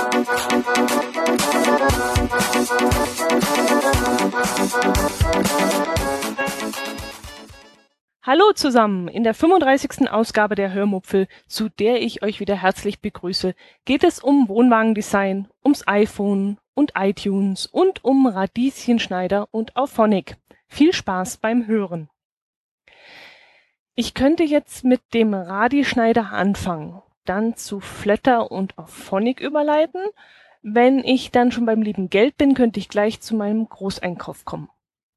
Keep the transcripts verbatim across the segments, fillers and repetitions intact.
Hallo zusammen, in der fünfunddreißigsten Ausgabe der Hörmupfel, zu der ich euch wieder herzlich begrüße, geht es um Wohnwagendesign, ums iPhone und iTunes und um Radieschenschneider und Auphonic. Viel Spaß beim Hören. Ich könnte jetzt mit dem Radieschneider anfangen, dann zu Flatter und Auphonic überleiten. Wenn ich dann schon beim lieben Geld bin, könnte ich gleich zu meinem Großeinkauf kommen.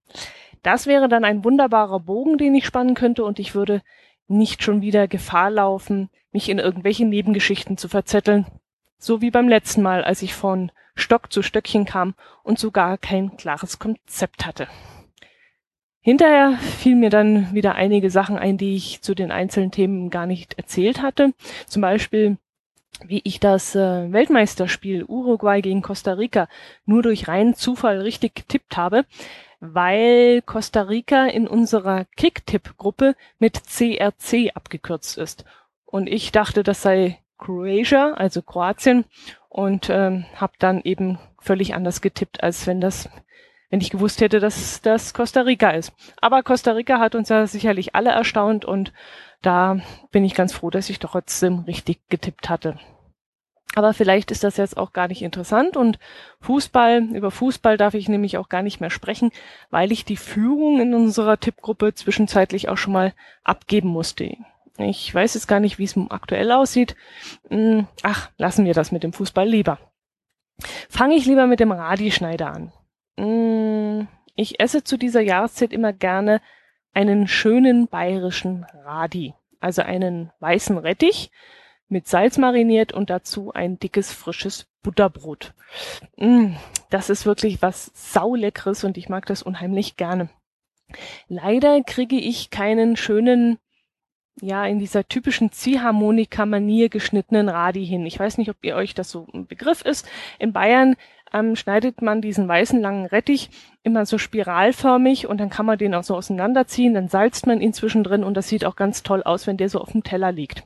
Das wäre dann ein wunderbarer Bogen, den ich spannen könnte, und ich würde nicht schon wieder Gefahr laufen, mich in irgendwelche Nebengeschichten zu verzetteln. So wie beim letzten Mal, als ich von Stock zu Stöckchen kam und sogar kein klares Konzept hatte. Hinterher fielen mir dann wieder einige Sachen ein, die ich zu den einzelnen Themen gar nicht erzählt hatte. Zum Beispiel, wie ich das äh, Weltmeisterspiel Uruguay gegen Costa Rica nur durch reinen Zufall richtig getippt habe, weil Costa Rica in unserer Kicktipp-Gruppe mit C R C abgekürzt ist. Und ich dachte, das sei Croatia, also Kroatien, und ähm, habe dann eben völlig anders getippt, als wenn das, wenn ich gewusst hätte, dass das Costa Rica ist. Aber Costa Rica hat uns ja sicherlich alle erstaunt, und da bin ich ganz froh, dass ich doch trotzdem richtig getippt hatte. Aber vielleicht ist das jetzt auch gar nicht interessant, und Fußball, über Fußball darf ich nämlich auch gar nicht mehr sprechen, weil ich die Führung in unserer Tippgruppe zwischenzeitlich auch schon mal abgeben musste. Ich weiß jetzt gar nicht, wie es aktuell aussieht. Ach, lassen wir das mit dem Fußball lieber. Fange ich lieber mit dem Radieschneider an. Ich esse zu dieser Jahreszeit immer gerne einen schönen bayerischen Radi, also einen weißen Rettich, mit Salz mariniert und dazu ein dickes, frisches Butterbrot. Mm, das ist wirklich was Sauleckeres, und ich mag das unheimlich gerne. Leider kriege ich keinen schönen, ja, in dieser typischen Ziehharmonika-Manier geschnittenen Radi hin. Ich weiß nicht, ob ihr euch das so ein Begriff ist. In Bayern ähm, schneidet man diesen weißen langen Rettich immer so spiralförmig, und dann kann man den auch so auseinanderziehen, dann salzt man ihn zwischendrin, und das sieht auch ganz toll aus, wenn der so auf dem Teller liegt.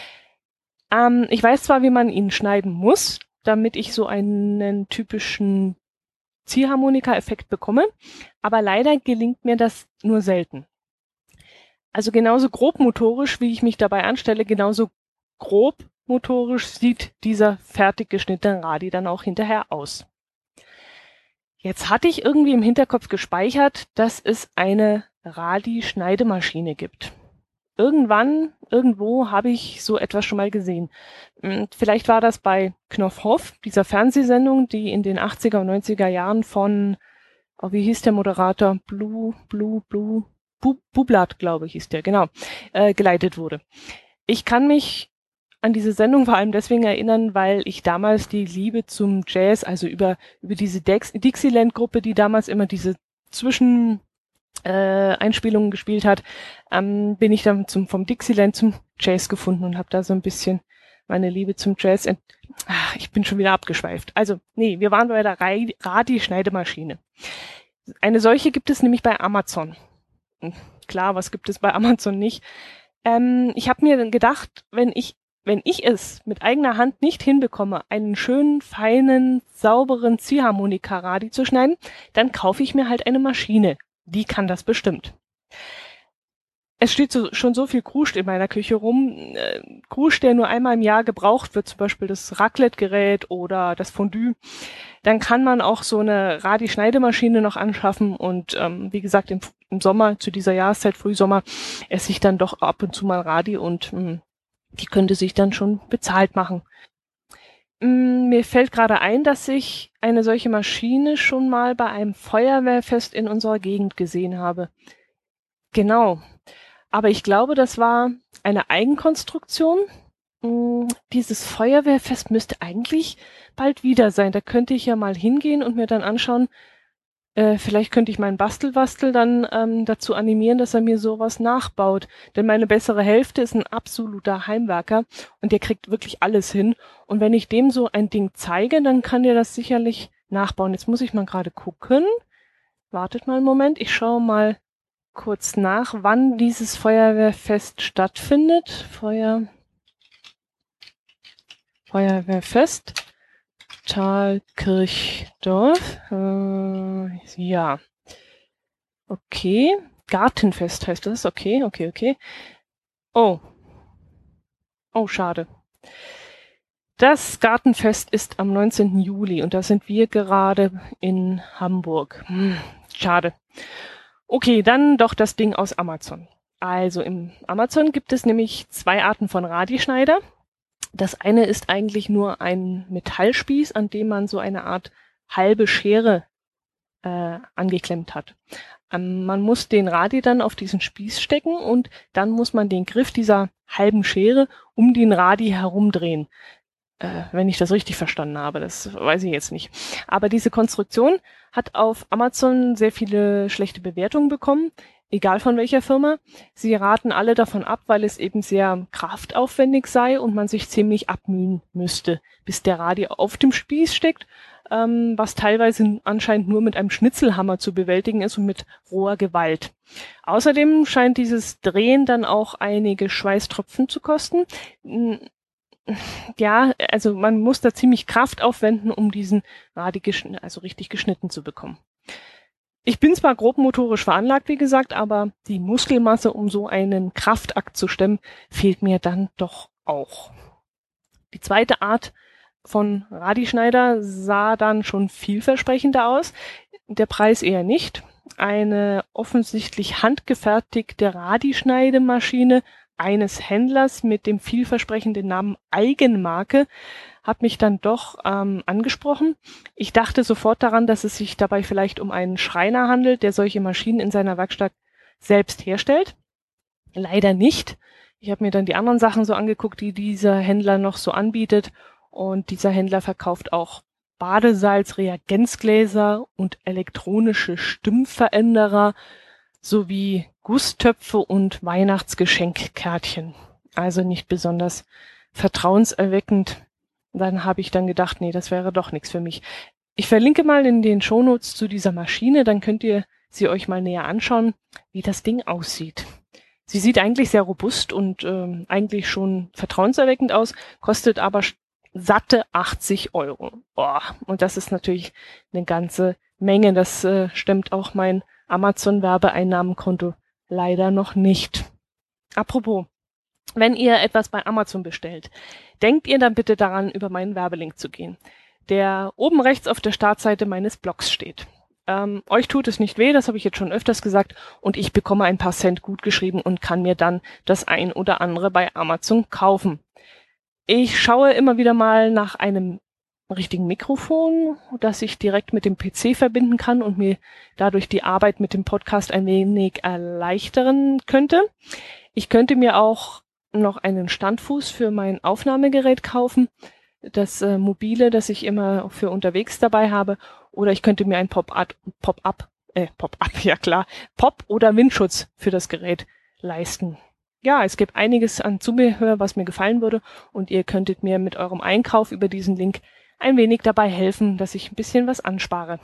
Ähm, ich weiß zwar, wie man ihn schneiden muss, damit ich so einen typischen Ziehharmonika-Effekt bekomme, aber leider gelingt mir das nur selten. Also genauso grobmotorisch, wie ich mich dabei anstelle, genauso grobmotorisch sieht dieser fertig geschnittene Radi dann auch hinterher aus. Jetzt hatte ich irgendwie im Hinterkopf gespeichert, dass es eine Radi-Schneidemaschine gibt. Irgendwann, irgendwo habe ich so etwas schon mal gesehen. Vielleicht war das bei Knopfhoff, dieser Fernsehsendung, die in den achtziger und neunziger Jahren von, oh, wie hieß der Moderator? Blue, Blue, Blue, Bu, Bublat, glaube ich, hieß der, genau, äh, geleitet wurde. Ich kann mich an diese Sendung vor allem deswegen erinnern, weil ich damals die Liebe zum Jazz, also über, über diese Dex- Dixieland-Gruppe, die damals immer diese Zwischen Äh, Einspielungen gespielt hat, ähm, bin ich dann zum, vom Dixieland zum Jazz gefunden und habe da so ein bisschen meine Liebe zum Jazz ent... Ach, ich bin schon wieder abgeschweift. Also, nee, wir waren bei der Radi-Schneidemaschine. Eine solche gibt es nämlich bei Amazon. Klar, was gibt es bei Amazon nicht? Ähm, ich habe mir gedacht, wenn ich wenn ich es mit eigener Hand nicht hinbekomme, einen schönen, feinen, sauberen Ziehharmonika-Radi zu schneiden, dann kaufe ich mir halt eine Maschine. Die kann das bestimmt. Es steht so, schon so viel Kruscht in meiner Küche rum. Äh, Kruscht, der nur einmal im Jahr gebraucht wird, zum Beispiel das Raclette-Gerät oder das Fondue. Dann kann man auch so eine Radi-Schneidemaschine noch anschaffen, und ähm, wie gesagt, im, im Sommer, zu dieser Jahreszeit, Frühsommer, esse ich dann doch ab und zu mal Radi, und mh, die könnte sich dann schon bezahlt machen. Mir fällt gerade ein, dass ich eine solche Maschine schon mal bei einem Feuerwehrfest in unserer Gegend gesehen habe. Genau. Aber ich glaube, das war eine Eigenkonstruktion. Dieses Feuerwehrfest müsste eigentlich bald wieder sein. Da könnte ich ja mal hingehen und mir dann anschauen, äh, vielleicht könnte ich meinen Bastelwastel dann ähm, dazu animieren, dass er mir sowas nachbaut. Denn meine bessere Hälfte ist ein absoluter Heimwerker, und der kriegt wirklich alles hin. Und wenn ich dem so ein Ding zeige, dann kann der das sicherlich nachbauen. Jetzt muss ich mal gerade gucken. Wartet mal einen Moment. Ich schaue mal kurz nach, wann dieses Feuerwehrfest stattfindet. Feuer... Feuerwehrfest. Thalkirchdorf. Äh, ja. Okay. Gartenfest heißt das. Okay, okay, okay. Oh. Oh, schade. Das Gartenfest ist am neunzehnten Juli und da sind wir gerade in Hamburg. Hm, schade. Okay, dann doch das Ding aus Amazon. Also im Amazon gibt es nämlich zwei Arten von Radischneider. Das eine ist eigentlich nur ein Metallspieß, an dem man so eine Art halbe Schere äh, angeklemmt hat. Ähm, man muss den Radi dann auf diesen Spieß stecken und dann muss man den Griff dieser halben Schere um den Radi herumdrehen. Äh, wenn ich das richtig verstanden habe, das weiß ich jetzt nicht. Aber diese Konstruktion hat auf Amazon sehr viele schlechte Bewertungen bekommen, egal von welcher Firma. Sie raten alle davon ab, weil es eben sehr kraftaufwendig sei und man sich ziemlich abmühen müsste, bis der Radi auf dem Spieß steckt, ähm, was teilweise anscheinend nur mit einem Schnitzelhammer zu bewältigen ist und mit roher Gewalt. Außerdem scheint dieses Drehen dann auch einige Schweißtropfen zu kosten. Ja, also man muss da ziemlich Kraft aufwenden, um diesen Radi geschn- also richtig geschnitten zu bekommen. Ich bin zwar grob motorisch veranlagt, wie gesagt, aber die Muskelmasse, um so einen Kraftakt zu stemmen, fehlt mir dann doch auch. Die zweite Art von Radischneider sah dann schon vielversprechender aus, der Preis eher nicht. Eine offensichtlich handgefertigte Radischneidemaschine eines Händlers mit dem vielversprechenden Namen Eigenmarke hat mich dann doch ähm, angesprochen. Ich dachte sofort daran, dass es sich dabei vielleicht um einen Schreiner handelt, der solche Maschinen in seiner Werkstatt selbst herstellt. Leider nicht. Ich habe mir dann die anderen Sachen so angeguckt, die dieser Händler noch so anbietet. Und dieser Händler verkauft auch Badesalz, Reagenzgläser und elektronische Stimmveränderer sowie Gusstöpfe und Weihnachtsgeschenkkärtchen. Also nicht besonders vertrauenserweckend. Dann habe ich dann gedacht, nee, das wäre doch nichts für mich. Ich verlinke mal in den Shownotes zu dieser Maschine, dann könnt ihr sie euch mal näher anschauen, wie das Ding aussieht. Sie sieht eigentlich sehr robust und ähm, eigentlich schon vertrauenserweckend aus, kostet aber satte achtzig Euro. Boah, und das ist natürlich eine ganze Menge. Das äh, stemmt auch mein Amazon-Werbeeinnahmenkonto leider noch nicht. Apropos, wenn ihr etwas bei Amazon bestellt, denkt ihr dann bitte daran, über meinen Werbelink zu gehen, der oben rechts auf der Startseite meines Blogs steht. Ähm, euch tut es nicht weh, das habe ich jetzt schon öfters gesagt, und ich bekomme ein paar Cent gutgeschrieben und kann mir dann das ein oder andere bei Amazon kaufen. Ich schaue immer wieder mal nach einem richtigen Mikrofon, das ich direkt mit dem P C verbinden kann und mir dadurch die Arbeit mit dem Podcast ein wenig erleichtern könnte. Ich könnte mir auch noch einen Standfuß für mein Aufnahmegerät kaufen, das äh, mobile, das ich immer für unterwegs dabei habe, oder ich könnte mir ein Pop-up, Pop-up, äh, Pop-up, ja klar, Pop- oder Windschutz für das Gerät leisten. Ja, es gibt einiges an Zubehör, was mir gefallen würde, und ihr könntet mir mit eurem Einkauf über diesen Link ein wenig dabei helfen, dass ich ein bisschen was anspare.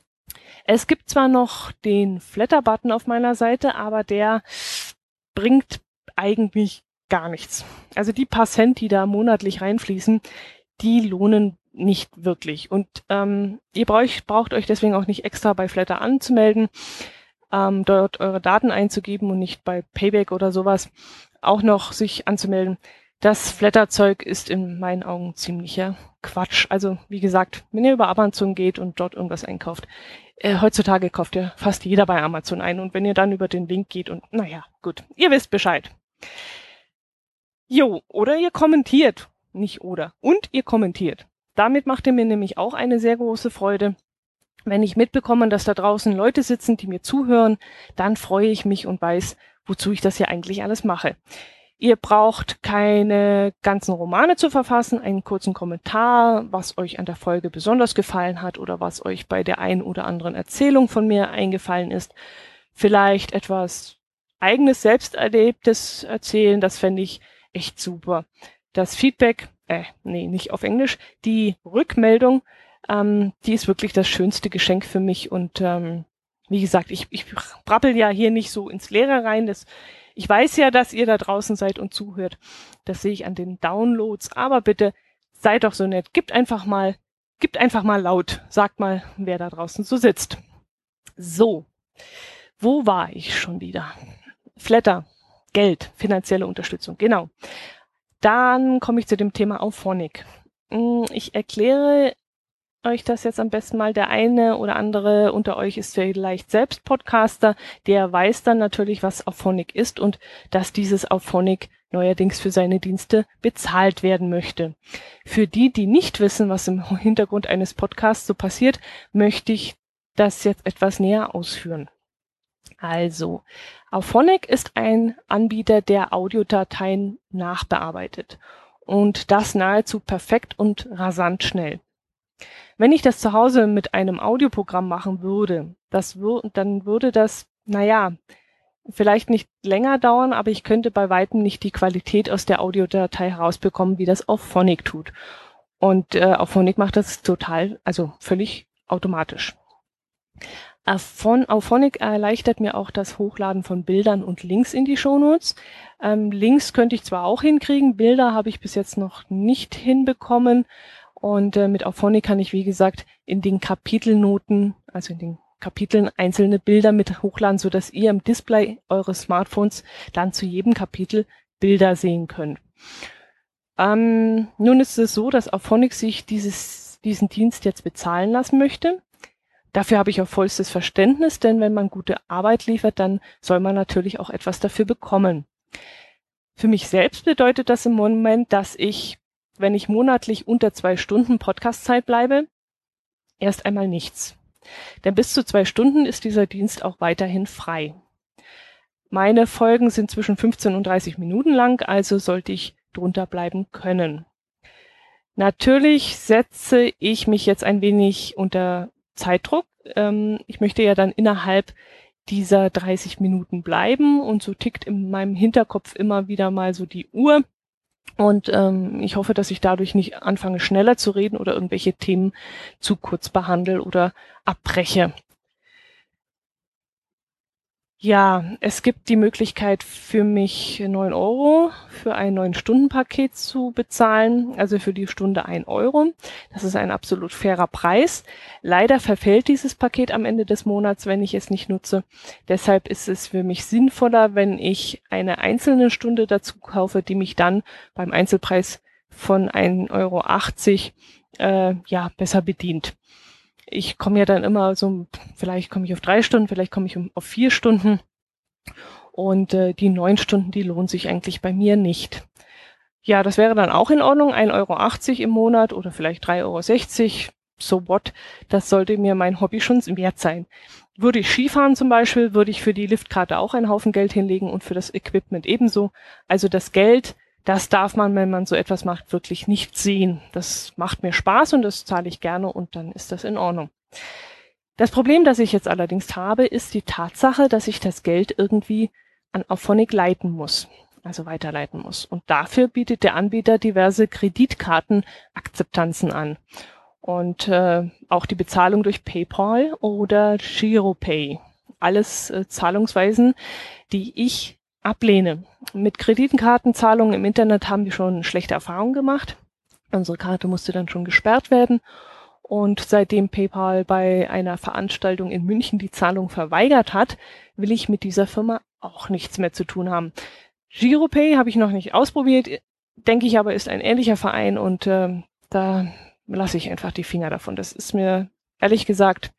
Es gibt zwar noch den Flatter-Button auf meiner Seite, aber der bringt eigentlich gar nichts. Also die paar Cent, die da monatlich reinfließen, die lohnen nicht wirklich. Und ähm, ihr braucht, braucht euch deswegen auch nicht extra bei Flatter anzumelden, ähm, dort eure Daten einzugeben und nicht bei Payback oder sowas auch noch sich anzumelden. Das Flatter-Zeug ist in meinen Augen ziemlicher Quatsch. Also wie gesagt, wenn ihr über Amazon geht und dort irgendwas einkauft, äh, heutzutage kauft ja fast jeder bei Amazon ein. Und wenn ihr dann über den Link geht und naja, gut, ihr wisst Bescheid. Jo, oder ihr kommentiert. Nicht oder. Und ihr kommentiert. Damit macht ihr mir nämlich auch eine sehr große Freude. Wenn ich mitbekomme, dass da draußen Leute sitzen, die mir zuhören, dann freue ich mich und weiß, wozu ich das hier eigentlich alles mache. Ihr braucht keine ganzen Romane zu verfassen, einen kurzen Kommentar, was euch an der Folge besonders gefallen hat oder was euch bei der einen oder anderen Erzählung von mir eingefallen ist. Vielleicht etwas eigenes, selbsterlebtes erzählen, das fände ich echt super. Das Feedback, äh, nee, nicht auf Englisch, die Rückmeldung, ähm, die ist wirklich das schönste Geschenk für mich und ähm, wie gesagt, ich, ich brabbel ja hier nicht so ins Leere rein, das Ich weiß ja, dass ihr da draußen seid und zuhört. Das sehe ich an den Downloads. Aber bitte seid doch so nett. Gebt einfach mal Gibt einfach mal laut, sagt mal, wer da draußen so sitzt. So, wo war ich schon wieder? Flatter, Geld, finanzielle Unterstützung, genau. Dann komme ich zu dem Thema Auphonic. Ich erkläre euch das jetzt am besten mal. Der eine oder andere unter euch ist vielleicht selbst Podcaster, der weiß dann natürlich, was Auphonic ist und dass dieses Auphonic neuerdings für seine Dienste bezahlt werden möchte. Für die, die nicht wissen, was im Hintergrund eines Podcasts so passiert, möchte ich das jetzt etwas näher ausführen. Also, Auphonic ist ein Anbieter, der Audiodateien nachbearbeitet und das nahezu perfekt und rasant schnell. Wenn ich das zu Hause mit einem Audioprogramm machen würde, das wür- dann würde das, naja, vielleicht nicht länger dauern, aber ich könnte bei weitem nicht die Qualität aus der Audiodatei herausbekommen, wie das Auphonic tut. Und äh, Auphonic macht das total, also völlig automatisch. Auphonic erleichtert mir auch das Hochladen von Bildern und Links in die Shownotes. Ähm, Links könnte ich zwar auch hinkriegen, Bilder habe ich bis jetzt noch nicht hinbekommen. Und äh, mit Auphonic kann ich, wie gesagt, in den Kapitelnoten, also in den Kapiteln einzelne Bilder mit hochladen, sodass ihr im Display eures Smartphones dann zu jedem Kapitel Bilder sehen könnt. Ähm, nun ist es so, dass Auphonic sich dieses, diesen Dienst jetzt bezahlen lassen möchte. Dafür habe ich auch vollstes Verständnis, denn wenn man gute Arbeit liefert, dann soll man natürlich auch etwas dafür bekommen. Für mich selbst bedeutet das im Moment, dass ich, wenn ich monatlich unter zwei Stunden Podcastzeit bleibe, erst einmal nichts. Denn bis zu zwei Stunden ist dieser Dienst auch weiterhin frei. Meine Folgen sind zwischen fünfzehn und dreißig Minuten lang, also sollte ich drunter bleiben können. Natürlich setze ich mich jetzt ein wenig unter Zeitdruck. Ähm, ich möchte ja dann innerhalb dieser dreißig Minuten bleiben und so tickt in meinem Hinterkopf immer wieder mal so die Uhr. Und ähm, ich hoffe, dass ich dadurch nicht anfange, schneller zu reden oder irgendwelche Themen zu kurz behandle oder abbreche. Ja, es gibt die Möglichkeit für mich neun Euro für ein neun-Stunden-Paket zu bezahlen, also für die Stunde ein Euro. Das ist ein absolut fairer Preis. Leider verfällt dieses Paket am Ende des Monats, wenn ich es nicht nutze. Deshalb ist es für mich sinnvoller, wenn ich eine einzelne Stunde dazu kaufe, die mich dann beim Einzelpreis von ein Euro achtzig äh, ja, besser bedient. Ich komme ja dann immer so, vielleicht komme ich auf drei Stunden, vielleicht komme ich um, auf vier Stunden und äh, die neun Stunden, die lohnen sich eigentlich bei mir nicht. Ja, das wäre dann auch in Ordnung, ein Euro achtzig im Monat oder vielleicht drei Euro sechzig, so what, das sollte mir mein Hobby schon wert sein. Würde ich Skifahren zum Beispiel, würde ich für die Liftkarte auch einen Haufen Geld hinlegen und für das Equipment ebenso. Also das Geld, das darf man, wenn man so etwas macht, wirklich nicht sehen. Das macht mir Spaß und das zahle ich gerne und dann ist das in Ordnung. Das Problem, das ich jetzt allerdings habe, ist die Tatsache, dass ich das Geld irgendwie an Auphonic leiten muss, also weiterleiten muss. Und dafür bietet der Anbieter diverse Kreditkartenakzeptanzen an. Und äh, auch die Bezahlung durch PayPal oder Giropay. Alles äh, Zahlungsweisen, die ich ablehne. Mit Kreditkartenzahlungen im Internet haben wir schon schlechte Erfahrungen gemacht. Unsere Karte musste dann schon gesperrt werden. Und seitdem PayPal bei einer Veranstaltung in München die Zahlung verweigert hat, will ich mit dieser Firma auch nichts mehr zu tun haben. Giropay habe ich noch nicht ausprobiert, denke ich aber, ist ein ähnlicher Verein und äh, da lasse ich einfach die Finger davon. Das ist mir ehrlich gesagt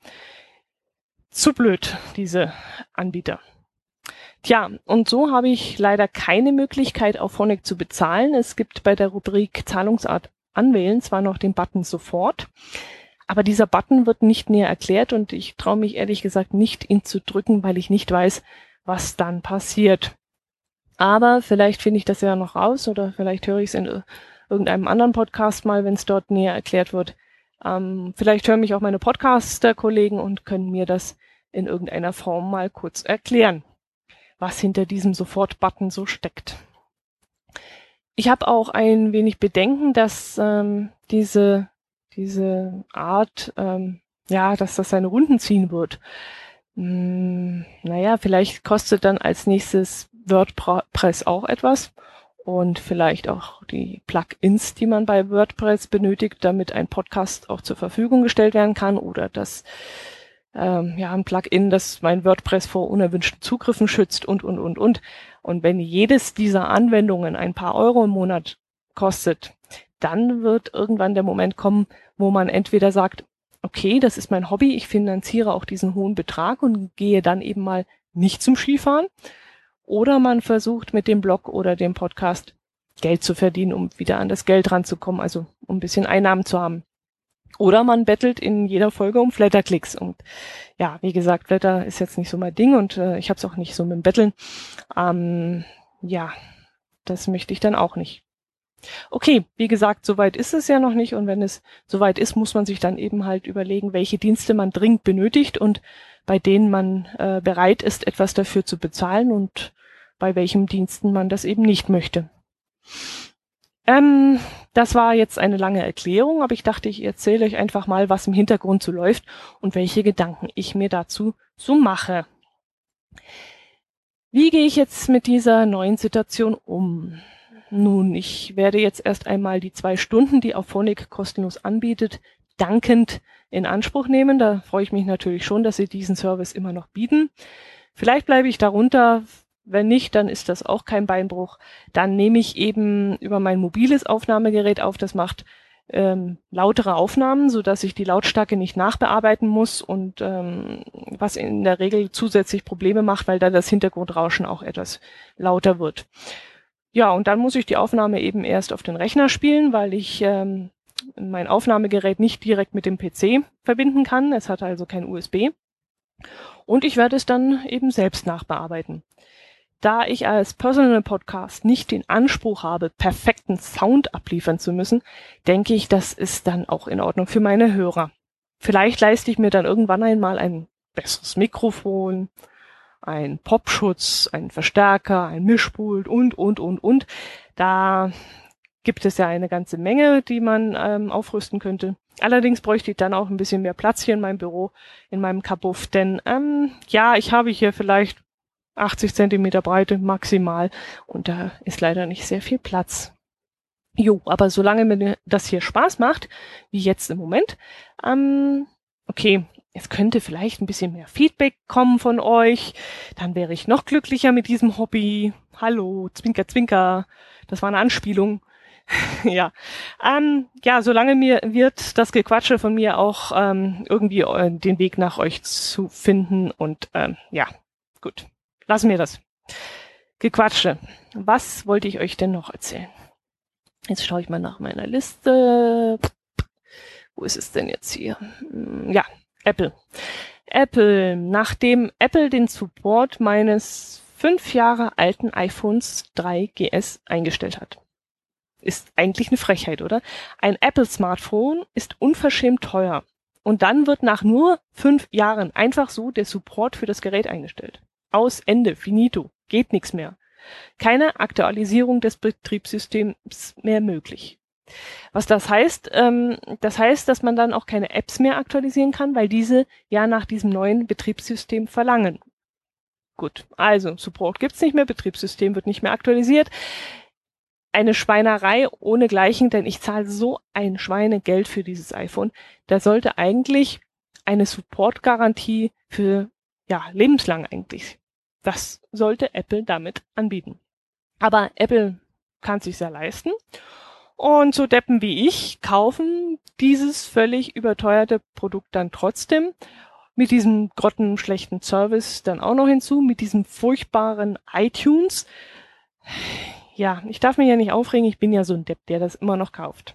zu blöd, diese Anbieter. Tja, und so habe ich leider keine Möglichkeit, Auphonic zu bezahlen. Es gibt bei der Rubrik Zahlungsart anwählen zwar noch den Button sofort, aber dieser Button wird nicht näher erklärt und ich traue mich ehrlich gesagt nicht, ihn zu drücken, weil ich nicht weiß, was dann passiert. Aber vielleicht finde ich das ja noch raus oder vielleicht höre ich es in irgendeinem anderen Podcast mal, wenn es dort näher erklärt wird. Ähm, vielleicht hören mich auch meine Podcaster-Kollegen und können mir das in irgendeiner Form mal kurz erklären, was hinter diesem Sofort-Button so steckt. Ich habe auch ein wenig Bedenken, dass ähm, diese, diese Art, ähm, ja, dass das seine Runden ziehen wird. Hm, naja, vielleicht kostet dann als nächstes WordPress auch etwas. und vielleicht auch die Plugins, die man bei WordPress benötigt, damit ein Podcast auch zur Verfügung gestellt werden kann, oder das ähm, ja ein Plugin, das mein WordPress vor unerwünschten Zugriffen schützt und, und, und, und. Und wenn jedes dieser Anwendungen ein paar Euro im Monat kostet, dann wird irgendwann der Moment kommen, wo man entweder sagt, okay, das ist mein Hobby, ich finanziere auch diesen hohen Betrag und gehe dann eben mal nicht zum Skifahren. Oder man versucht mit dem Blog oder dem Podcast Geld zu verdienen, um wieder an das Geld ranzukommen, also um ein bisschen Einnahmen zu haben. Oder man bettelt in jeder Folge um Flatterklicks. Und ja, wie gesagt, Flatter ist jetzt nicht so mein Ding und äh, ich habe es auch nicht so mit dem Betteln. Ähm, ja, das möchte ich dann auch nicht. Okay, wie gesagt, soweit ist es ja noch nicht, und wenn es soweit ist, muss man sich dann eben halt überlegen, welche Dienste man dringend benötigt und bei denen man äh, bereit ist, etwas dafür zu bezahlen und bei welchen Diensten man das eben nicht möchte. Ähm, das war jetzt eine lange Erklärung, aber ich dachte, ich erzähle euch einfach mal, was im Hintergrund so läuft und welche Gedanken ich mir dazu so mache. Wie gehe ich jetzt mit dieser neuen Situation um? Nun, ich werde jetzt erst einmal die zwei Stunden, die Auphonic kostenlos anbietet, dankend in Anspruch nehmen. Da freue ich mich natürlich schon, dass sie diesen Service immer noch bieten. Vielleicht bleibe ich darunter. Wenn nicht, dann ist das auch kein Beinbruch. Dann nehme ich eben über mein mobiles Aufnahmegerät auf. Das macht ähm, lautere Aufnahmen, sodass ich die Lautstärke nicht nachbearbeiten muss und ähm, was in der Regel zusätzlich Probleme macht, weil da das Hintergrundrauschen auch etwas lauter wird. Ja, und dann muss ich die Aufnahme eben erst auf den Rechner spielen, weil ich ähm, mein Aufnahmegerät nicht direkt mit dem P C verbinden kann. Es hat also kein U S B. Und ich werde es dann eben selbst nachbearbeiten. Da ich als Personal Podcast nicht den Anspruch habe, perfekten Sound abliefern zu müssen, denke ich, das ist dann auch in Ordnung für meine Hörer. Vielleicht leiste ich mir dann irgendwann einmal ein besseres Mikrofon, ein Popschutz, ein Verstärker, ein Mischpult und, und, und, und. Da gibt es ja eine ganze Menge, die man ähm, aufrüsten könnte. Allerdings bräuchte ich dann auch ein bisschen mehr Platz hier in meinem Büro, in meinem Kabuff, denn ähm, ja, ich habe hier vielleicht achtzig Zentimeter Breite maximal und da ist leider nicht sehr viel Platz. Jo, aber solange mir das hier Spaß macht, wie jetzt im Moment, ähm, okay, es könnte vielleicht ein bisschen mehr Feedback kommen von euch, dann wäre ich noch glücklicher mit diesem Hobby. Hallo, Zwinker, Zwinker, das war eine Anspielung. ja, ähm, ja, solange mir wird das Gequatsche von mir auch ähm, irgendwie äh, den Weg nach euch zu finden und ähm, ja, gut, lassen wir das. Gequatsche. Was wollte ich euch denn noch erzählen? Jetzt schaue ich mal nach meiner Liste. Wo ist es denn jetzt hier? Ja, Apple. Apple. Nachdem Apple den Support meines fünf Jahre alten iPhones drei G S eingestellt hat. Ist eigentlich eine Frechheit, oder? Ein Apple-Smartphone ist unverschämt teuer. Und dann wird nach nur fünf Jahren einfach so der Support für das Gerät eingestellt. Aus, Ende, finito. Geht nichts mehr. Keine Aktualisierung des Betriebssystems mehr möglich. Was das heißt, ähm, das heißt, dass man dann auch keine Apps mehr aktualisieren kann, weil diese ja nach diesem neuen Betriebssystem verlangen. Gut, also Support gibt's nicht mehr, Betriebssystem wird nicht mehr aktualisiert. Eine Schweinerei ohnegleichen, denn ich zahle so ein Schweinegeld für dieses iPhone. Da sollte eigentlich eine Support-Garantie für, ja, lebenslang eigentlich. Das sollte Apple damit anbieten. Aber Apple kann es sich ja leisten. Und so Deppen wie ich kaufen dieses völlig überteuerte Produkt dann trotzdem. Mit diesem grottenschlechten Service dann auch noch hinzu, mit diesem furchtbaren iTunes. Ja, ich darf mich ja nicht aufregen, ich bin ja so ein Depp, der das immer noch kauft.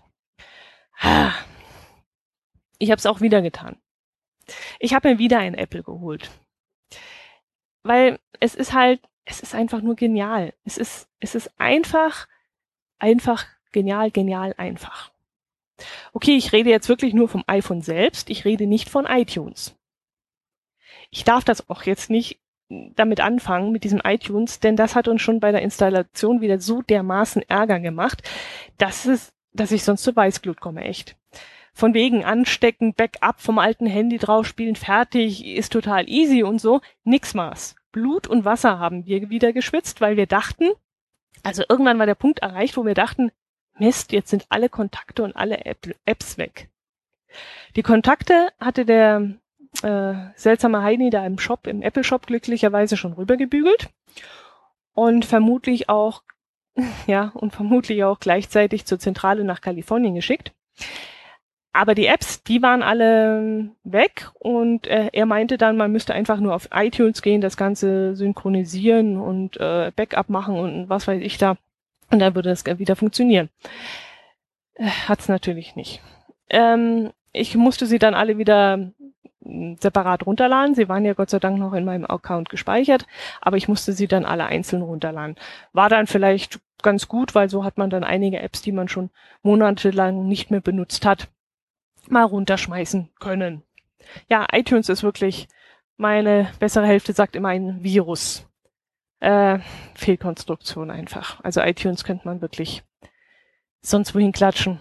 Ich habe es auch wieder getan. Ich habe mir wieder ein Apple geholt. Weil es ist halt, es ist einfach nur genial. Es ist, es ist einfach, einfach genial, genial, einfach. Okay, ich rede jetzt wirklich nur vom iPhone selbst, ich rede nicht von iTunes. Ich darf das auch jetzt nicht damit anfangen, mit diesem iTunes, denn das hat uns schon bei der Installation wieder so dermaßen Ärger gemacht, dass es, dass ich sonst zur Weißglut komme, echt. Von wegen anstecken, Backup vom alten Handy draufspielen, fertig, ist total easy und so. Nix Maß. Blut und Wasser haben wir wieder geschwitzt, weil wir dachten, Also irgendwann war der Punkt erreicht, wo wir dachten, Mist, jetzt sind alle Kontakte und alle App- Apps weg. Die Kontakte hatte der äh, seltsame Heini da im Shop, im Apple-Shop glücklicherweise schon rübergebügelt und vermutlich auch, ja, und vermutlich auch gleichzeitig zur Zentrale nach Kalifornien geschickt. Aber die Apps, die waren alle weg und äh, er meinte dann, man müsste einfach nur auf iTunes gehen, das Ganze synchronisieren und äh, Backup machen und was weiß ich da. Und dann würde das wieder funktionieren. Äh, hat's natürlich nicht. Ähm, ich musste sie dann alle wieder separat runterladen. Sie waren ja Gott sei Dank noch in meinem Account gespeichert, aber ich musste sie dann alle einzeln runterladen. War dann vielleicht ganz gut, weil so hat man dann einige Apps, die man schon monatelang nicht mehr benutzt hat, mal runterschmeißen können. Ja, iTunes ist wirklich, meine bessere Hälfte sagt immer, ein Virus. Äh, Fehlkonstruktion einfach. Also iTunes könnte man wirklich sonst wohin klatschen.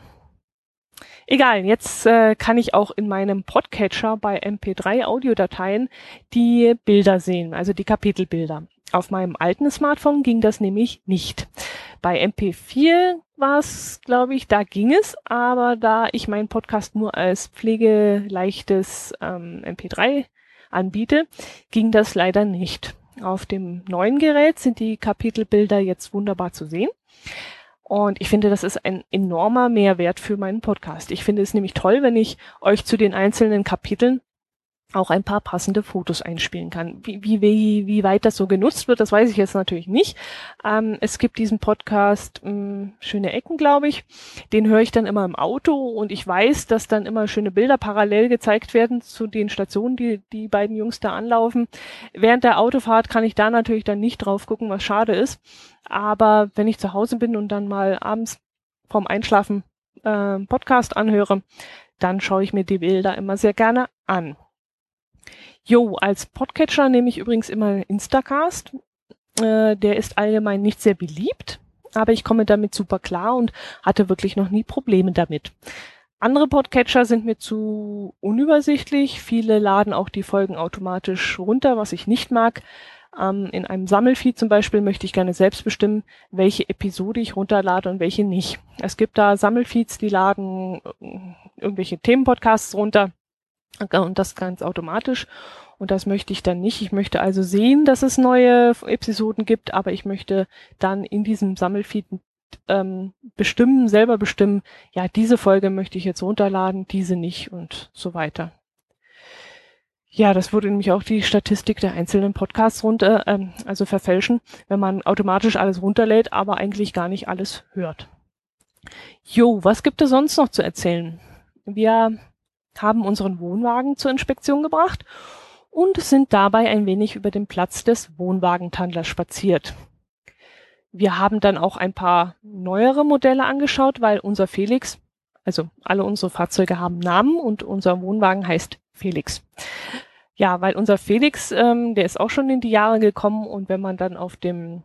Egal, jetzt äh, kann ich auch in meinem Podcatcher bei M P drei Audiodateien die Bilder sehen, also die Kapitelbilder. Auf meinem alten Smartphone ging das nämlich nicht. Bei M P vier war es, glaube ich, da ging es, aber da ich meinen Podcast nur als pflegeleichtes ähm, M P drei anbiete, ging das leider nicht. Auf dem neuen Gerät sind die Kapitelbilder jetzt wunderbar zu sehen. Und ich finde, das ist ein enormer Mehrwert für meinen Podcast. Ich finde es nämlich toll, wenn ich euch zu den einzelnen Kapiteln auch ein paar passende Fotos einspielen kann. Wie, wie, wie, wie weit das so genutzt wird, das weiß ich jetzt natürlich nicht. Ähm, es gibt diesen Podcast ähm, Schöne Ecken, glaube ich. Den höre ich dann immer im Auto und ich weiß, dass dann immer schöne Bilder parallel gezeigt werden zu den Stationen, die die beiden Jungs da anlaufen. Während der Autofahrt kann ich da natürlich dann nicht drauf gucken, was schade ist. Aber wenn ich zu Hause bin und dann mal abends vorm Einschlafen äh, Podcast anhöre, dann schaue ich mir die Bilder immer sehr gerne an. Jo, als Podcatcher nehme ich übrigens immer Instacast. Äh, der ist allgemein nicht sehr beliebt, aber ich komme damit super klar und hatte wirklich noch nie Probleme damit. Andere Podcatcher sind mir zu unübersichtlich. Viele laden auch die Folgen automatisch runter, was ich nicht mag. Ähm, in einem Sammelfeed zum Beispiel möchte ich gerne selbst bestimmen, welche Episode ich runterlade und welche nicht. Es gibt da Sammelfeeds, die laden äh, irgendwelche Themenpodcasts runter. Und das ganz automatisch. Und das möchte ich dann nicht. Ich möchte also sehen, dass es neue Episoden gibt, aber ich möchte dann in diesem Sammelfeed ähm, bestimmen, selber bestimmen, ja, diese Folge möchte ich jetzt runterladen, diese nicht und so weiter. Ja, das würde nämlich auch die Statistik der einzelnen Podcasts runter, ähm, also verfälschen, wenn man automatisch alles runterlädt, aber eigentlich gar nicht alles hört. Jo, was gibt es sonst noch zu erzählen? Wir haben unseren Wohnwagen zur Inspektion gebracht und sind dabei ein wenig über den Platz des Wohnwagentandlers spaziert. Wir haben dann auch ein paar neuere Modelle angeschaut, weil unser Felix, also alle unsere Fahrzeuge haben Namen und unser Wohnwagen heißt Felix. Ja, weil unser Felix, ähm, der ist auch schon in die Jahre gekommen und wenn man dann auf dem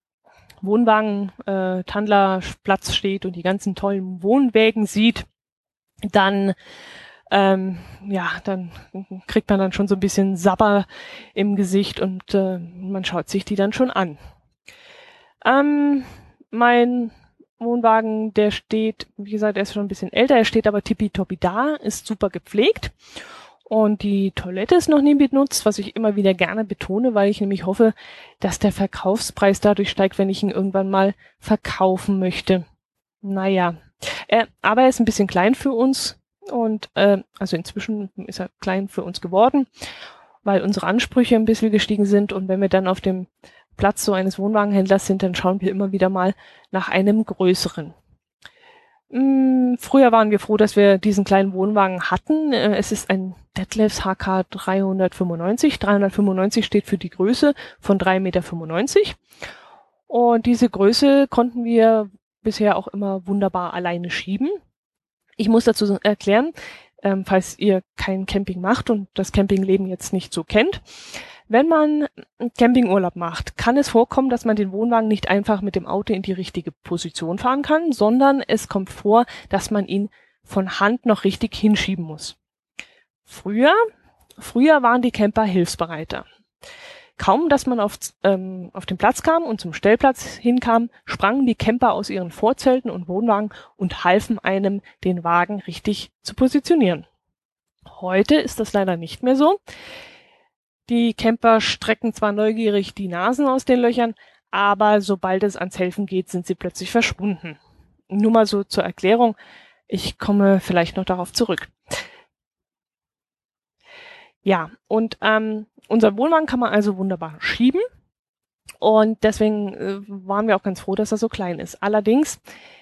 Wohnwagen-Tandlerplatz äh, steht und die ganzen tollen Wohnwägen sieht, dann Ähm, ja, dann kriegt man dann schon so ein bisschen Sabber im Gesicht und äh, man schaut sich die dann schon an. Ähm, mein Wohnwagen, der steht, wie gesagt, er ist schon ein bisschen älter, er steht aber tippitoppi da, ist super gepflegt und die Toilette ist noch nie benutzt, was ich immer wieder gerne betone, weil ich nämlich hoffe, dass der Verkaufspreis dadurch steigt, wenn ich ihn irgendwann mal verkaufen möchte. Naja, äh, aber er ist ein bisschen klein für uns. Und äh, also inzwischen ist er klein für uns geworden, weil unsere Ansprüche ein bisschen gestiegen sind. Und wenn wir dann auf dem Platz so eines Wohnwagenhändlers sind, dann schauen wir immer wieder mal nach einem größeren. Hm, früher waren wir froh, dass wir diesen kleinen Wohnwagen hatten. Äh, es ist ein Detlefs H K dreihundertfünfundneunzig. dreihundertfünfundneunzig steht für die Größe von drei Komma fünfundneunzig Meter. Und diese Größe konnten wir bisher auch immer wunderbar alleine schieben. Ich muss dazu erklären, ähm, falls ihr kein Camping macht und das Campingleben jetzt nicht so kennt. Wenn man einen Campingurlaub macht, kann es vorkommen, dass man den Wohnwagen nicht einfach mit dem Auto in die richtige Position fahren kann, sondern es kommt vor, dass man ihn von Hand noch richtig hinschieben muss. Früher, früher waren die Camper hilfsbereiter. Kaum, dass man auf, ähm, auf den Platz kam und zum Stellplatz hinkam, sprangen die Camper aus ihren Vorzelten und Wohnwagen und halfen einem, den Wagen richtig zu positionieren. Heute ist das leider nicht mehr so. Die Camper strecken zwar neugierig die Nasen aus den Löchern, aber sobald es ans Helfen geht, sind sie plötzlich verschwunden. Nur mal so zur Erklärung. Ich komme vielleicht noch darauf zurück. Ja, und ähm, unser Wohnwagen kann man also wunderbar schieben. Und deswegen äh, waren wir auch ganz froh, dass er so klein ist. Allerdings,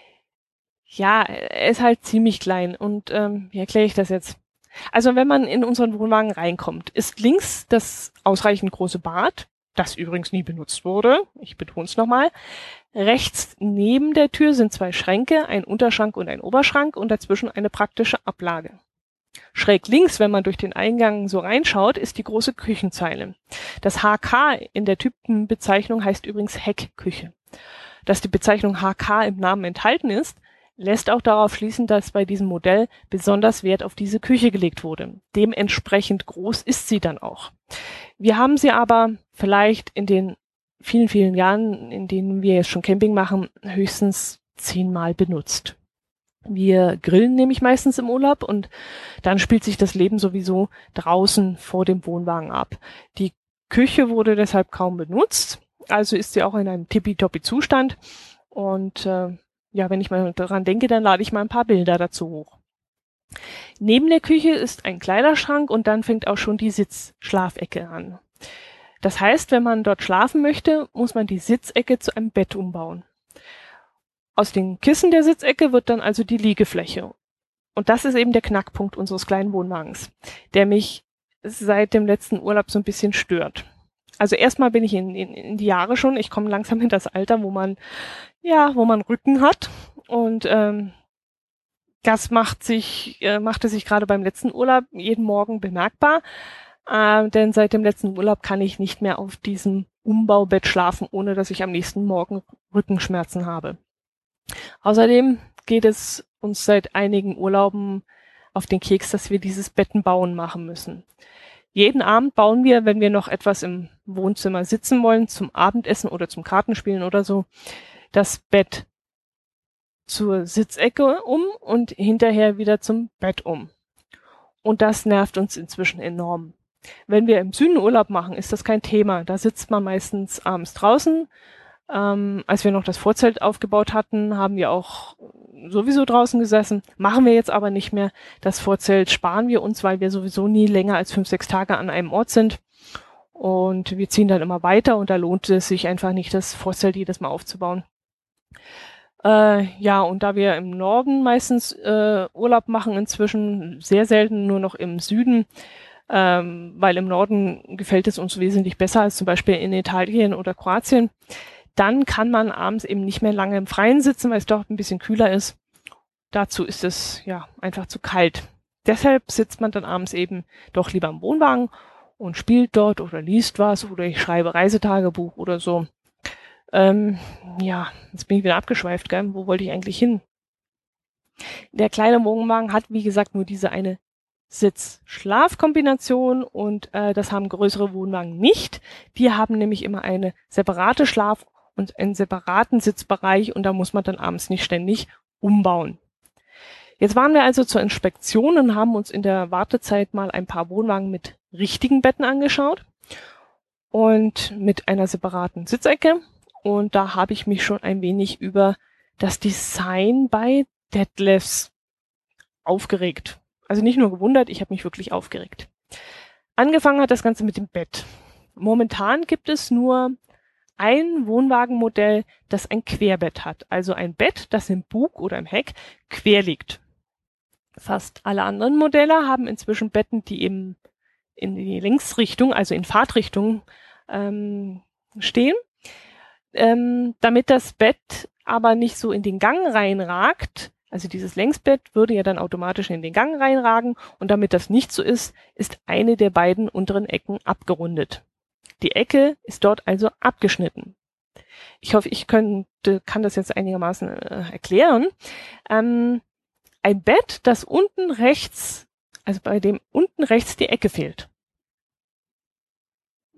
ja, er ist halt ziemlich klein. Und ähm, wie erkläre ich das jetzt? Also wenn man in unseren Wohnwagen reinkommt, ist links das ausreichend große Bad, das übrigens nie benutzt wurde. Ich betone es nochmal. Rechts neben der Tür sind zwei Schränke, ein Unterschrank und ein Oberschrank und dazwischen eine praktische Ablage. Schräg links, wenn man durch den Eingang so reinschaut, ist die große Küchenzeile. Das H K in der Typenbezeichnung heißt übrigens Heckküche. Dass die Bezeichnung H K im Namen enthalten ist, lässt auch darauf schließen, dass bei diesem Modell besonders Wert auf diese Küche gelegt wurde. Dementsprechend groß ist sie dann auch. Wir haben sie aber vielleicht in den vielen, vielen Jahren, in denen wir jetzt schon Camping machen, höchstens zehnmal benutzt. Wir grillen nämlich meistens im Urlaub und dann spielt sich das Leben sowieso draußen vor dem Wohnwagen ab. Die Küche wurde deshalb kaum benutzt, also ist sie auch in einem tippitoppi Zustand und äh, ja, wenn ich mal daran denke, dann lade ich mal ein paar Bilder dazu hoch. Neben der Küche ist ein Kleiderschrank und dann fängt auch schon die Sitzschlafecke an. Das heißt, wenn man dort schlafen möchte, muss man die Sitzecke zu einem Bett umbauen. Aus den Kissen der Sitzecke wird dann also die Liegefläche. Und das ist eben der Knackpunkt unseres kleinen Wohnwagens, der mich seit dem letzten Urlaub so ein bisschen stört. Also erstmal bin ich in, in, in die Jahre schon, ich komme langsam in das Alter, wo man, ja, wo man Rücken hat. Und ähm, das macht sich, äh, machte sich gerade beim letzten Urlaub jeden Morgen bemerkbar. Äh, denn seit dem letzten Urlaub kann ich nicht mehr auf diesem Umbaubett schlafen, ohne dass ich am nächsten Morgen Rückenschmerzen habe. Außerdem geht es uns seit einigen Urlauben auf den Keks, dass wir dieses Bettenbauen machen müssen. Jeden Abend bauen wir, wenn wir noch etwas im Wohnzimmer sitzen wollen, zum Abendessen oder zum Kartenspielen oder so, das Bett zur Sitzecke um und hinterher wieder zum Bett um. Und das nervt uns inzwischen enorm. Wenn wir im Süden Urlaub machen, ist das kein Thema. Da sitzt man meistens abends draußen. Ähm, als wir noch das Vorzelt aufgebaut hatten, haben wir auch sowieso draußen gesessen. Machen wir jetzt aber nicht mehr. Das Vorzelt sparen wir uns, weil wir sowieso nie länger als fünf, sechs Tage an einem Ort sind. Und wir ziehen dann immer weiter und da lohnt es sich einfach nicht, das Vorzelt jedes Mal aufzubauen. Äh, ja, und da wir im Norden meistens äh, Urlaub machen inzwischen, sehr selten nur noch im Süden, ähm, weil im Norden gefällt es uns wesentlich besser als zum Beispiel in Italien oder Kroatien, dann kann man abends eben nicht mehr lange im Freien sitzen, weil es dort ein bisschen kühler ist. Dazu ist es ja einfach zu kalt. Deshalb sitzt man dann abends eben doch lieber im Wohnwagen und spielt dort oder liest was oder ich schreibe Reisetagebuch oder so. Ähm, ja, jetzt bin ich wieder abgeschweift, gell? Wo wollte ich eigentlich hin? Der kleine Wohnwagen hat, wie gesagt, nur diese eine Sitz-Schlaf-Kombination und äh, das haben größere Wohnwagen nicht. Die haben nämlich immer eine separate Schlaf- und einen separaten Sitzbereich und da muss man dann abends nicht ständig umbauen. Jetzt waren wir also zur Inspektion und haben uns in der Wartezeit mal ein paar Wohnwagen mit richtigen Betten angeschaut und mit einer separaten Sitzecke. Und da habe ich mich schon ein wenig über das Design bei Detlefs aufgeregt. Also nicht nur gewundert, ich habe mich wirklich aufgeregt. Angefangen hat das Ganze mit dem Bett. Momentan gibt es nur ein Wohnwagenmodell, das ein Querbett hat. Also ein Bett, das im Bug oder im Heck quer liegt. Fast alle anderen Modelle haben inzwischen Betten, die eben in die Längsrichtung, also in Fahrtrichtung ähm, stehen. Ähm, damit das Bett aber nicht so in den Gang reinragt, also dieses Längsbett würde ja dann automatisch in den Gang reinragen und damit das nicht so ist, ist eine der beiden unteren Ecken abgerundet. Die Ecke ist dort also abgeschnitten. Ich hoffe, ich könnte, kann das jetzt einigermaßen äh, erklären. Ähm, ein Bett, das unten rechts, also bei dem unten rechts die Ecke fehlt.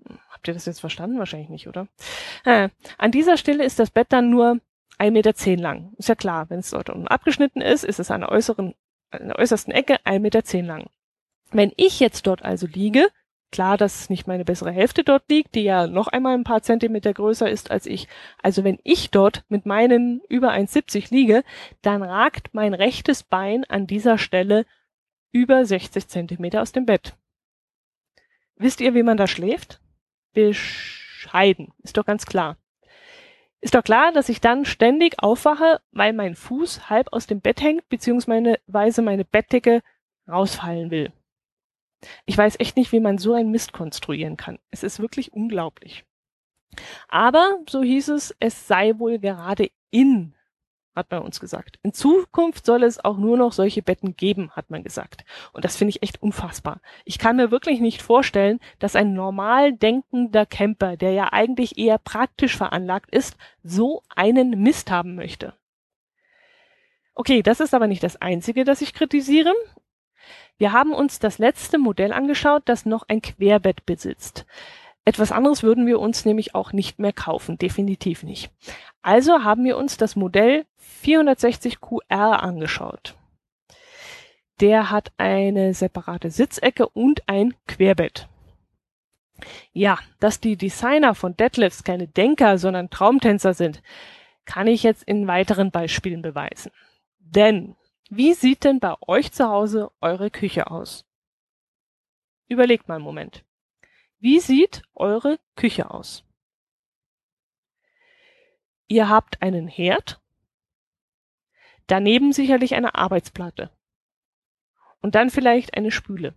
Habt ihr das jetzt verstanden? Wahrscheinlich nicht, oder? Äh, an dieser Stelle ist das Bett dann nur ein Meter zehn lang. Ist ja klar, wenn es dort unten abgeschnitten ist, ist es an der äußeren, an der äußersten Ecke ein Meter zehn lang. Wenn ich jetzt dort also liege, klar, dass nicht meine bessere Hälfte dort liegt, die ja noch einmal ein paar Zentimeter größer ist als ich. Also wenn ich dort mit meinen über eins siebzig liege, dann ragt mein rechtes Bein an dieser Stelle über sechzig Zentimeter aus dem Bett. Wisst ihr, wie man da schläft? Bescheiden, ist doch ganz klar. Ist doch klar, dass ich dann ständig aufwache, weil mein Fuß halb aus dem Bett hängt, beziehungsweise meine Bettdecke rausfallen will. Ich weiß echt nicht, wie man so einen Mist konstruieren kann. Es ist wirklich unglaublich. Aber, so hieß es, es sei wohl gerade in, hat man uns gesagt. In Zukunft soll es auch nur noch solche Betten geben, hat man gesagt. Und das finde ich echt unfassbar. Ich kann mir wirklich nicht vorstellen, dass ein normal denkender Camper, der ja eigentlich eher praktisch veranlagt ist, so einen Mist haben möchte. Okay, das ist aber nicht das Einzige, das ich kritisiere. Wir haben uns das letzte Modell angeschaut, das noch ein Querbett besitzt. Etwas anderes würden wir uns nämlich auch nicht mehr kaufen, definitiv nicht. Also haben wir uns das Modell vierhundertsechzig Q R angeschaut. Der hat eine separate Sitzecke und ein Querbett. Ja, dass die Designer von Detlefs keine Denker, sondern Traumtänzer sind, kann ich jetzt in weiteren Beispielen beweisen. Denn wie sieht denn bei euch zu Hause eure Küche aus? Überlegt mal einen Moment. Wie sieht eure Küche aus? Ihr habt einen Herd, daneben sicherlich eine Arbeitsplatte und dann vielleicht eine Spüle.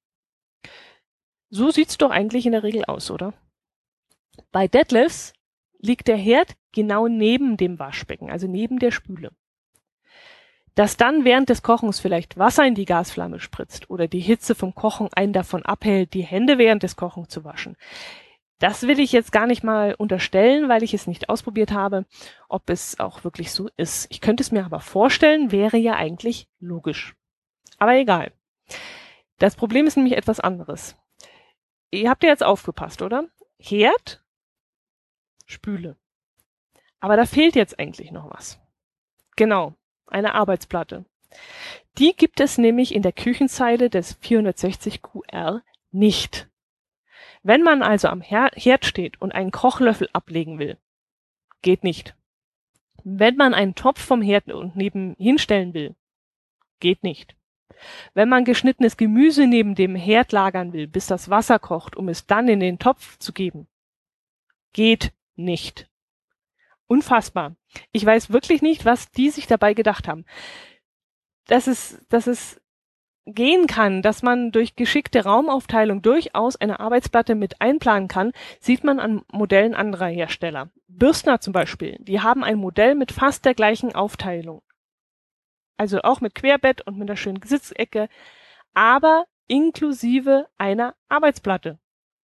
So sieht's doch eigentlich in der Regel aus, oder? Bei Detlefs liegt der Herd genau neben dem Waschbecken, also neben der Spüle. Dass dann während des Kochens vielleicht Wasser in die Gasflamme spritzt oder die Hitze vom Kochen einen davon abhält, die Hände während des Kochens zu waschen. Das will ich jetzt gar nicht mal unterstellen, weil ich es nicht ausprobiert habe, ob es auch wirklich so ist. Ich könnte es mir aber vorstellen, wäre ja eigentlich logisch. Aber egal. Das Problem ist nämlich etwas anderes. Ihr habt ja jetzt aufgepasst, oder? Herd, Spüle. Aber da fehlt jetzt eigentlich noch was. Genau. Eine Arbeitsplatte. Die gibt es nämlich in der Küchenzeile des vierhundertsechzig Q R nicht. Wenn man also am Herd steht und einen Kochlöffel ablegen will, geht nicht. Wenn man einen Topf vom Herd und neben hinstellen will, geht nicht. Wenn man geschnittenes Gemüse neben dem Herd lagern will, bis das Wasser kocht, um es dann in den Topf zu geben, geht nicht. Unfassbar. Ich weiß wirklich nicht, was die sich dabei gedacht haben. Dass es, dass es gehen kann, dass man durch geschickte Raumaufteilung durchaus eine Arbeitsplatte mit einplanen kann, sieht man an Modellen anderer Hersteller. Bürstner zum Beispiel, die haben ein Modell mit fast der gleichen Aufteilung. Also auch mit Querbett und mit einer schönen Sitzecke, aber inklusive einer Arbeitsplatte.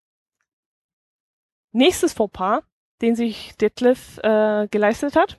Nächstes Fauxpas, den sich Detlef äh, geleistet hat.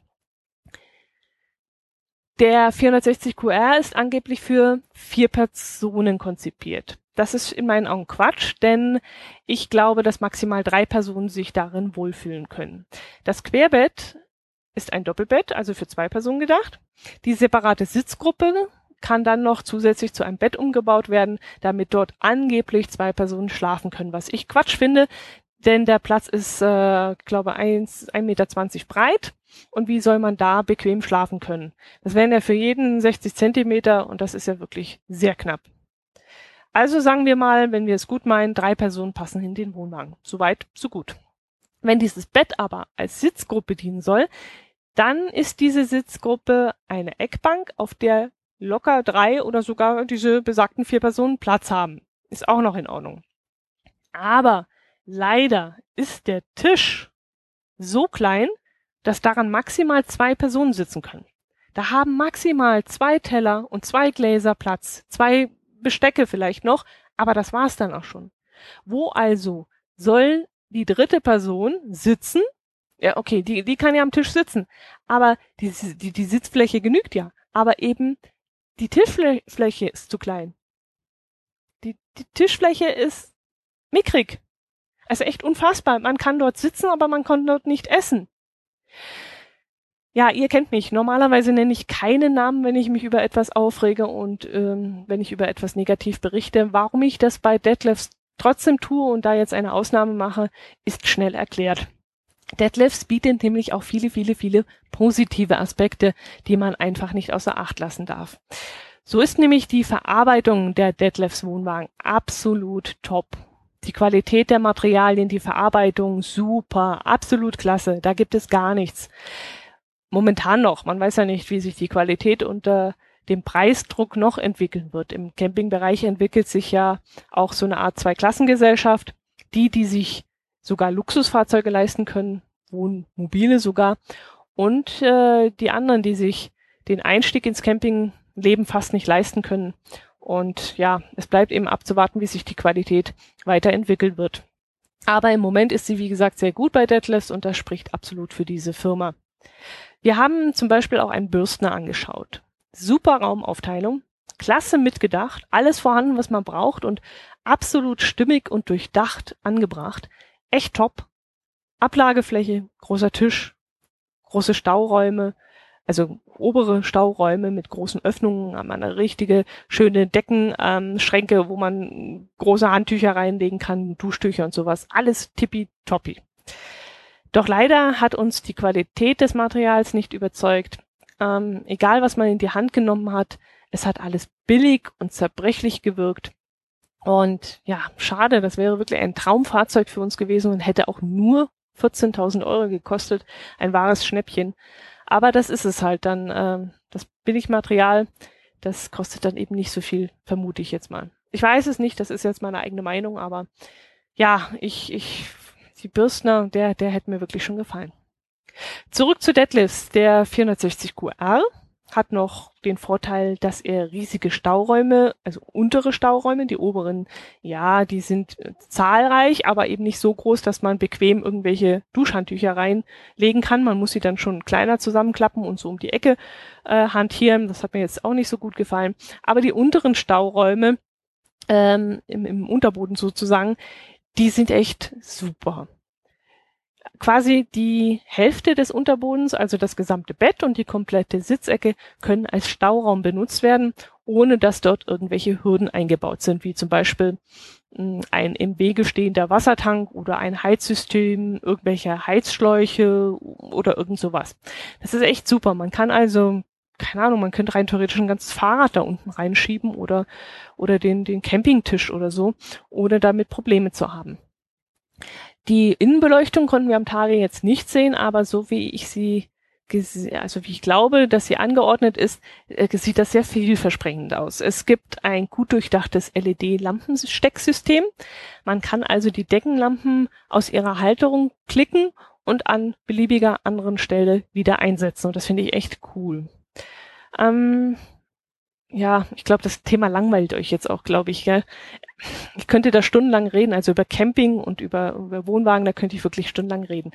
Der vierhundertsechzig Q R ist angeblich für vier Personen konzipiert. Das ist in meinen Augen Quatsch, denn ich glaube, dass maximal drei Personen sich darin wohlfühlen können. Das Querbett ist ein Doppelbett, also für zwei Personen gedacht. Die separate Sitzgruppe kann dann noch zusätzlich zu einem Bett umgebaut werden, damit dort angeblich zwei Personen schlafen können, was ich Quatsch finde. Denn der Platz ist, äh, glaube ich, ein Meter zwanzig breit. Und wie soll man da bequem schlafen können? Das wären ja für jeden sechzig Zentimeter und das ist ja wirklich sehr knapp. Also sagen wir mal, wenn wir es gut meinen, drei Personen passen in den Wohnwagen. Soweit, so gut. Wenn dieses Bett aber als Sitzgruppe dienen soll, dann ist diese Sitzgruppe eine Eckbank, auf der locker drei oder sogar diese besagten vier Personen Platz haben. Ist auch noch in Ordnung. Aber leider ist der Tisch so klein, dass daran maximal zwei Personen sitzen können. Da haben maximal zwei Teller und zwei Gläser Platz, zwei Bestecke vielleicht noch, aber das war's dann auch schon. Wo also soll die dritte Person sitzen? Ja, okay, die, die kann ja am Tisch sitzen, aber die, die, die Sitzfläche genügt ja, aber eben die Tischfläche ist zu klein. Die, die Tischfläche ist mickrig. Also echt unfassbar. Man kann dort sitzen, aber man kann dort nicht essen. Ja, ihr kennt mich. Normalerweise nenne ich keinen Namen, wenn ich mich über etwas aufrege und ähm, wenn ich über etwas negativ berichte. Warum ich das bei Detlefs trotzdem tue und da jetzt eine Ausnahme mache, ist schnell erklärt. Detlefs bietet nämlich auch viele, viele, viele positive Aspekte, die man einfach nicht außer Acht lassen darf. So ist nämlich die Verarbeitung der Detlefs Wohnwagen absolut top. Die Qualität der Materialien, die Verarbeitung super, absolut klasse. Da gibt es gar nichts. Momentan noch. Man weiß ja nicht, wie sich die Qualität unter dem Preisdruck noch entwickeln wird. Im Campingbereich entwickelt sich ja auch so eine Art Zweiklassengesellschaft. Die, die sich sogar Luxusfahrzeuge leisten können, Wohnmobile sogar, und äh, die anderen, die sich den Einstieg ins Campingleben fast nicht leisten können. Und ja, es bleibt eben abzuwarten, wie sich die Qualität weiterentwickeln wird. Aber im Moment ist sie, wie gesagt, sehr gut bei Detlefs und das spricht absolut für diese Firma. Wir haben zum Beispiel auch einen Bürstner angeschaut. Super Raumaufteilung, klasse mitgedacht, alles vorhanden, was man braucht und absolut stimmig und durchdacht angebracht. Echt top. Ablagefläche, großer Tisch, große Stauräume, also obere Stauräume mit großen Öffnungen, haben eine richtige schöne Deckenschränke, ähm, wo man große Handtücher reinlegen kann, Duschtücher und sowas. Alles tippitoppi. Doch leider hat uns die Qualität des Materials nicht überzeugt. Ähm, egal, was man in die Hand genommen hat, es hat alles billig und zerbrechlich gewirkt. Und ja, schade, das wäre wirklich ein Traumfahrzeug für uns gewesen und hätte auch nur vierzehntausend Euro gekostet. Ein wahres Schnäppchen. Aber das ist es halt dann. Ähm, das Billigmaterial, das kostet dann eben nicht so viel, vermute ich jetzt mal. Ich weiß es nicht, das ist jetzt meine eigene Meinung, aber ja, ich, ich, die Bürstner, der, der hätte mir wirklich schon gefallen. Zurück zu Detlefs. Der vierhundertsechzig Q R hat noch den Vorteil, dass er riesige Stauräume, also untere Stauräume, die oberen, ja, die sind zahlreich, aber eben nicht so groß, dass man bequem irgendwelche Duschhandtücher reinlegen kann. Man muss sie dann schon kleiner zusammenklappen und so um die Ecke äh, hantieren. Das hat mir jetzt auch nicht so gut gefallen. Aber die unteren Stauräume ähm, im, im Unterboden sozusagen, die sind echt super. Quasi die Hälfte des Unterbodens, also das gesamte Bett und die komplette Sitzecke, können als Stauraum benutzt werden, ohne dass dort irgendwelche Hürden eingebaut sind, wie zum Beispiel ein im Wege stehender Wassertank oder ein Heizsystem, irgendwelche Heizschläuche oder irgend sowas. Das ist echt super. Man kann also, keine Ahnung, man könnte rein theoretisch ein ganzes Fahrrad da unten reinschieben oder, oder den, den Campingtisch oder so, ohne damit Probleme zu haben. Die Innenbeleuchtung konnten wir am Tage jetzt nicht sehen, aber so wie ich sie, also wie ich glaube, dass sie angeordnet ist, sieht das sehr vielversprechend aus. Es gibt ein gut durchdachtes L E D-Lampenstecksystem. Man kann also die Deckenlampen aus ihrer Halterung klicken und an beliebiger anderen Stelle wieder einsetzen. Und das finde ich echt cool. Ähm, ja, ich glaube, das Thema langweilt euch jetzt auch, glaube ich, gell? Ich könnte da stundenlang reden, also über Camping und über, über Wohnwagen, da könnte ich wirklich stundenlang reden.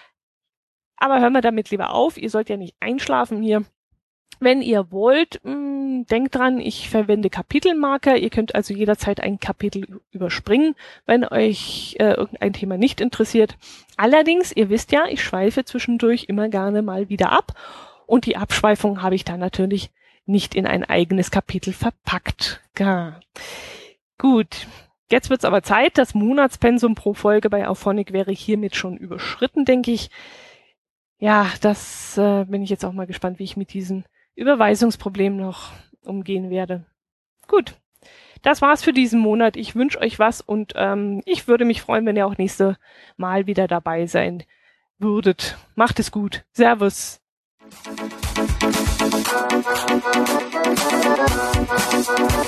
Aber hören wir damit lieber auf, ihr sollt ja nicht einschlafen hier. Wenn ihr wollt, mh, denkt dran, ich verwende Kapitelmarker. Ihr könnt also jederzeit ein Kapitel überspringen, wenn euch äh, irgendein Thema nicht interessiert. Allerdings, ihr wisst ja, ich schweife zwischendurch immer gerne mal wieder ab. Und die Abschweifung habe ich dann natürlich nicht in ein eigenes Kapitel verpackt. Ja. Gut, jetzt wird's aber Zeit. Das Monatspensum pro Folge bei Auphonic wäre hiermit schon überschritten, denke ich. Ja, das äh, bin ich jetzt auch mal gespannt, wie ich mit diesem Überweisungsproblem noch umgehen werde. Gut, das war's für diesen Monat. Ich wünsche euch was und ähm, ich würde mich freuen, wenn ihr auch nächste Mal wieder dabei sein würdet. Macht es gut. Servus. Thank you.